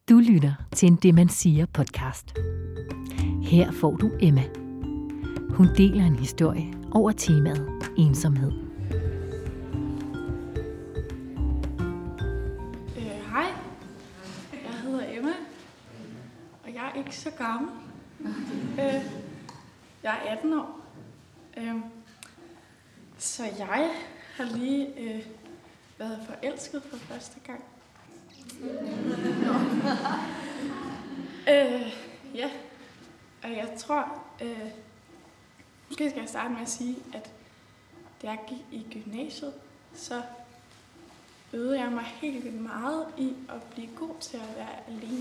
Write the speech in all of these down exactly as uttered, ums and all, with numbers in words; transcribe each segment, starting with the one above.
Du lytter til en Det man siger podcast. Her får du Emma. Hun deler en historie over temaet ensomhed. Øh, hej, jeg hedder Emma, og jeg er ikke så gammel. Øh, jeg er atten år. Øh, så jeg har lige øh, været forelsket for første gang. øh, ja, og jeg tror, øh, måske skal jeg starte med at sige, at da jeg gik i gymnasiet, så øvede jeg mig helt vildt meget i at blive god til at være alene.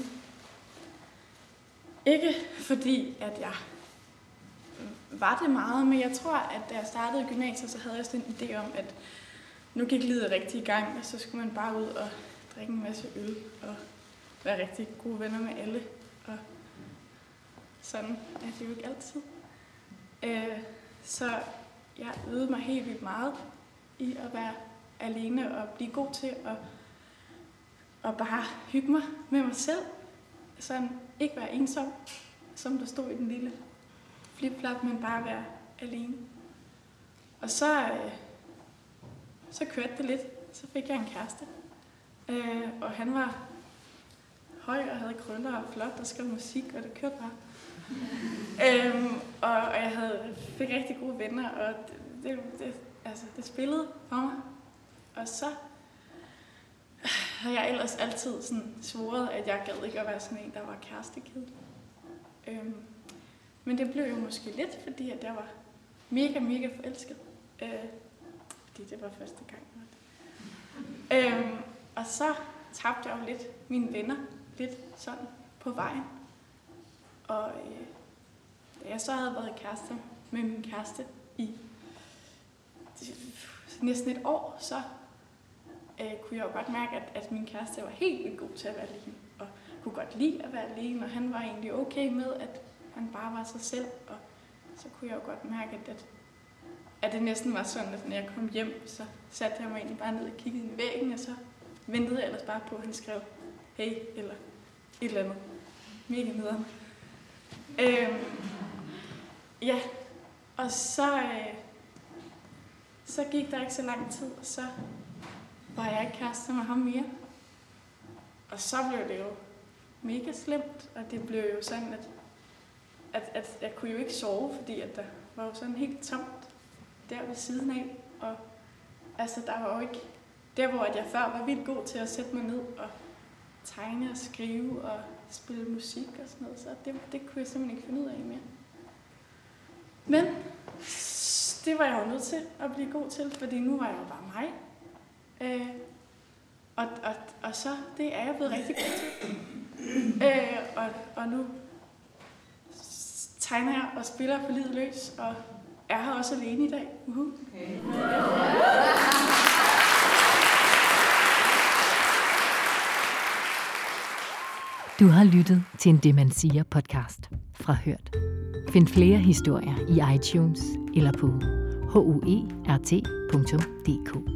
Ikke fordi, at jeg var det meget, men jeg tror, at da jeg startede i gymnasiet, så havde jeg sådan en idé om, at nu gik livet rigtig i gang, og så skulle man bare ud og drikke en masse øl og være rigtig gode venner med alle. Og sådan er det jo ikke altid. Øh, så jeg øvede mig helt vildt meget i at være alene og blive god til at, at bare hygge mig med mig selv. Sådan ikke være ensom, som der stod i den lille flip-flap, men bare være alene. Og så, øh, så kørte det lidt. Så fik jeg en kæreste. Øh, og han var høj og havde krøller og flot og skrev musik, og det kørte bare. øhm, og, og jeg havde, fik rigtig gode venner, og det, det, det, altså, det spillede for mig. Og så har jeg ellers altid sådan svoret, at jeg gad ikke at være sådan en, der var kæresteked. Øhm, men det blev jo måske lidt, fordi at jeg var mega, mega forelsket. Øh, fordi det var første gang. Øhm, og så tabte jeg jo lidt mine venner, lidt sådan på vejen. Og øh, da jeg så havde været kæreste med min kæreste i næsten et år, så øh, kunne jeg jo godt mærke, at, at min kæreste var helt vildt god til at være alene. Og kunne godt lide at være alene, og han var egentlig okay med, at han bare var sig selv. Og så kunne jeg jo godt mærke, at, at, at det næsten var sådan, at når jeg kom hjem, så satte jeg mig egentlig bare ned og kiggede ind i væggen, og så ventede jeg ellers bare på, at han skrev hey, eller et eller andet. Mega nederen. Øhm, ja, og så, øh, så gik der ikke så lang tid, og så var jeg ikke kæreste med ham mere. Og så blev det jo mega slemt, og det blev jo sådan, at, at, at jeg kunne jo ikke sove, fordi at der var jo sådan helt tomt der ved siden af. Og altså, der var jo ikke der, hvor jeg før var vildt god til at sætte mig ned og tegne og skrive og spille musik og sådan noget, så det, det kunne jeg simpelthen ikke finde ud af mere. Men det var jeg jo nødt til at blive god til, fordi nu var jeg jo bare mig. Øh, og, og, og så, det er jeg blevet rigtig god til. Øh, og, og nu tegner jeg og spiller på livet løs, og er her også alene i dag. Uh-huh. Okay. Du har lyttet til en Det man siger podcast fra Hørt. Find flere historier i iTunes eller på h u e r t punktum d k.